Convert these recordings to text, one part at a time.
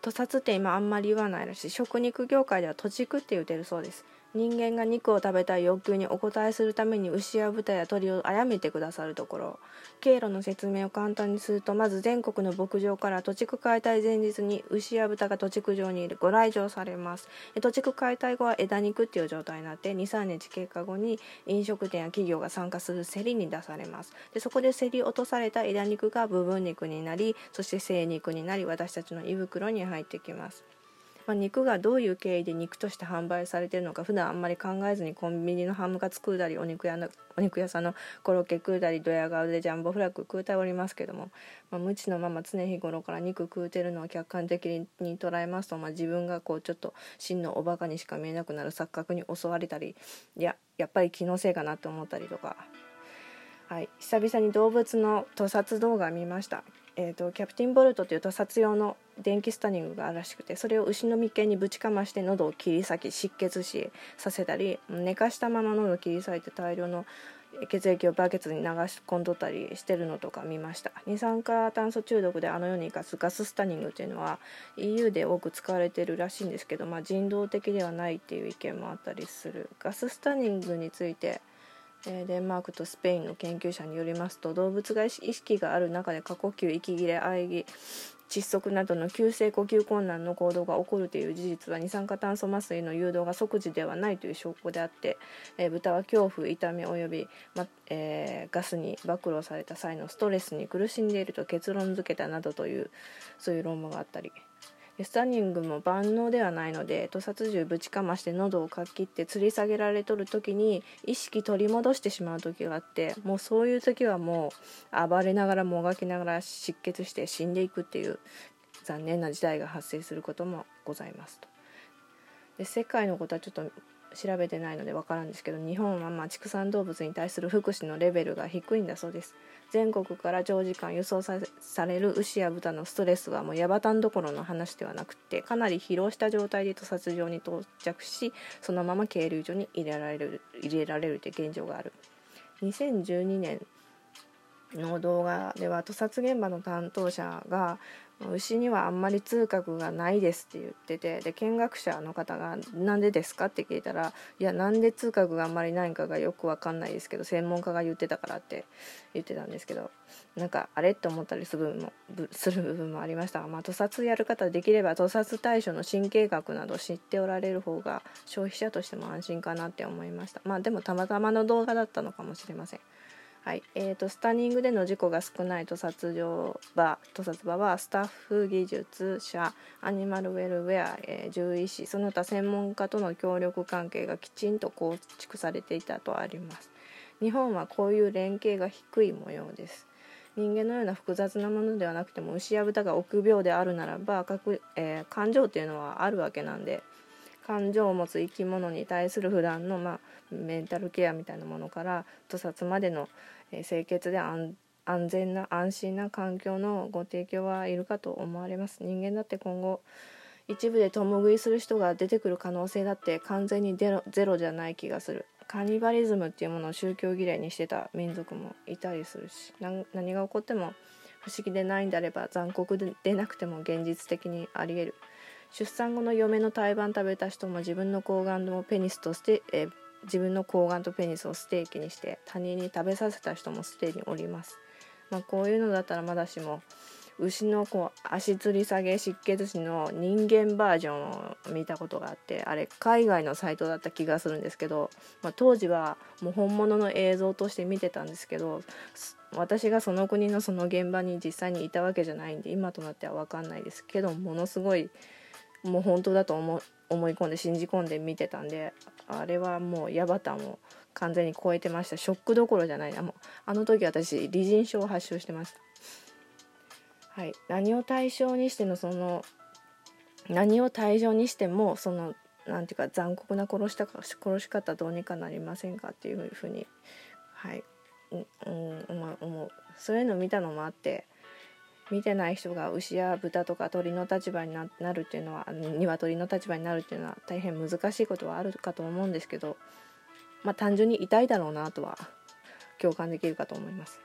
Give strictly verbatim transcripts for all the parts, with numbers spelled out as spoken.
屠殺って今あんまり言わないらしい。食肉業界では屠畜って言うてるそうです。人間が肉を食べたい欲求にお応えするために牛や豚や鳥を殺めてくださるところ、経路の説明を簡単にすると、まず全国の牧場から屠畜解体前日に牛や豚が屠畜場にご来場されます。屠畜解体後は枝肉っていう状態になって、にさんにち経過後に飲食店や企業が参加する競りに出されます。でそこで競り落とされた枝肉が部分肉になり、そして精肉になり、私たちの胃袋に入ってきます。まあ、肉がどういう経緯で肉として販売されているのか普段あんまり考えずに、コンビニのハムカツ食うたり、お肉屋のお肉屋さんのコロッケ食うたり、ドヤ顔でジャンボフラッグ食うたおりますけども、まあ、無知のまま常日頃から肉食うてるのを客観的に捉えますと、まあ、自分がこうちょっと真のおバカにしか見えなくなる錯覚に襲われたり、いややっぱり気のせいかなと思ったりとか、はい、久々に動物の屠殺動画を見ました。えーと、キャプテンボルトという屠殺用の電気スタニングがあるらしくて、それを牛の眉間にぶちかまして喉を切り裂き失血死させたり、寝かしたまま喉を切り裂いて大量の血液をバケツに流し込んどったりしてるのとか見ました。二酸化炭素中毒であの世に生かすガススタニングというのは イーユー で多く使われているらしいんですけど、まあ、人道的ではないっていう意見もあったりする。ガススタニングについてデンマークとスペインの研究者によりますと、動物が意識がある中で過呼吸、息切れ、喘ぎ、窒息などの急性呼吸困難の行動が起こるという事実は二酸化炭素麻酔の誘導が即時ではないという証拠であって、えー、豚は恐怖、痛みおよび、まえー、ガスに暴露された際のストレスに苦しんでいると結論付けたなどというそういう論文があったり、スタニングも万能ではないので、屠殺銃ぶちかまして喉をかっきって吊り下げられとる時に意識取り戻してしまう時があって、もうそういう時はもう暴れながらもがきながら失血して死んでいくっていう残念な事態が発生することもございますと。で世界のことはちょっと調べてないので分からんですけど、日本はまあ畜産動物に対する福祉のレベルが低いんだそうです。全国から長時間輸送される牛や豚のストレスはもうヤバタンどころの話ではなくて、かなり疲労した状態で屠殺場に到着し、そのまま係留所に入れられる入れられるという現状がある。にせんじゅうにねんの動画では屠殺現場の担当者が牛にはあんまり痛覚がないですって言ってて、で見学者の方がなんでですかって聞いたら、いやなんで痛覚があんまりないかがよくわかんないですけど専門家が言ってたからって言ってたんですけど、なんかあれって思ったりする部分もする部分もありましたが、まあ、屠殺やる方できれば屠殺対象の神経学など知っておられる方が消費者としても安心かなって思いました。まあでもたまたまの動画だったのかもしれません。はいえー、とスタニングでの事故が少ない屠殺場場屠殺場はスタッフ、技術者、アニマルウェルウェア、えー、獣医師その他専門家との協力関係がきちんと構築されていたとあります。日本はこういう連携が低い模様です。人間のような複雑なものではなくても、牛や豚が臆病であるならば、各えー、感情っていうのはあるわけなんで、感情を持つ生き物に対する普段の、まあ、メンタルケアみたいなものから屠殺までの、えー、清潔で 安, 安全な安心な環境のご提供はいるかと思われます。人間だって今後一部で共食いする人が出てくる可能性だって完全にゼロ、ゼロじゃない気がする。カニバリズムっていうものを宗教儀礼にしてた民族もいたりするし、何が起こっても不思議でないんであれば残酷でなくても現実的にあり得る。出産後の嫁の胎盤食べた人も自分の睾丸もペニスとして、えー、自分の睾丸とペニスをステーキにして他人に食べさせた人もすでにおります。まあ、こういうのだったらまだしも、牛のこう足吊り下げ失血死の人間バージョンを見たことがあって、あれ海外のサイトだった気がするんですけど、まあ、当時はもう本物の映像として見てたんですけど、私がその国のその現場に実際にいたわけじゃないんで今となっては分かんないですけど、ものすごいもう本当だと 思, 思い込んで信じ込んで見てたんで、あれはもうヤバタンを完全に超えてました。ショックどころじゃないな。もうあの時私離腎症を発症してました。はい、何を対象にしてのその何を対象にしてもそのなんていうか残酷な殺した殺し方どうにかなりませんかっていうふうに、はい、うん、思う、思う。そういうの見たのもあって、見てない人が牛や豚とか鳥の立場に な, なるっていうのは鶏の立場になるっていうのは大変難しいことはあるかと思うんですけど、まあ単純に痛いだろうなとは共感できるかと思います。ス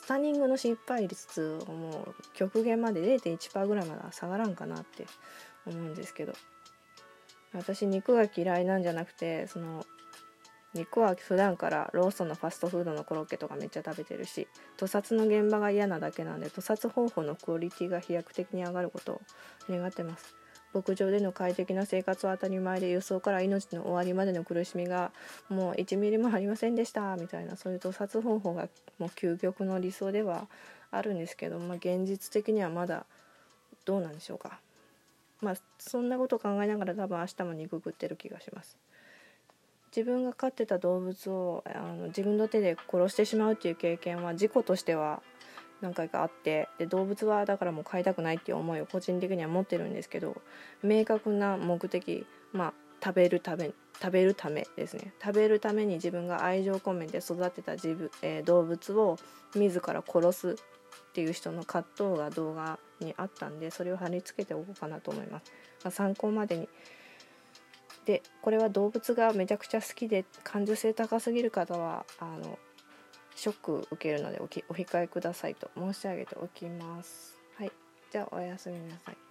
タニングの失敗率をもう極限まで ゼロてんいちパーセント ぐらいまでは下がらんかなって思うんですけど、私肉が嫌いなんじゃなくて、その肉は普段からローソンのファストフードのコロッケとかめっちゃ食べてるし、屠殺の現場が嫌なだけなんで、屠殺方法のクオリティが飛躍的に上がることを願ってます。牧場での快適な生活は当たり前で、輸送から命の終わりまでの苦しみがもういちミリもありませんでしたみたいな、そういう屠殺方法がもう究極の理想ではあるんですけど、まあ、現実的にはまだどうなんでしょうか。まあそんなこと考えながら多分明日も肉食ってる気がします。自分が飼ってた動物をあの自分の手で殺してしまうっていう経験は事故としては何回かあって、で動物はだからもう飼いたくないっていう思いを個人的には持ってるんですけど、明確な目的、まあ食べるため食べるためですね食べるために自分が愛情込めて育てた自分、えー、動物を自ら殺すっていう人の葛藤が動画にあったんで、それを貼り付けておこうかなと思います。まあ、参考までに。でこれは動物がめちゃくちゃ好きで感受性高すぎる方はあのショック受けるので お, きお控えくださいと申し上げておきます。はい、じゃあおやすみなさい。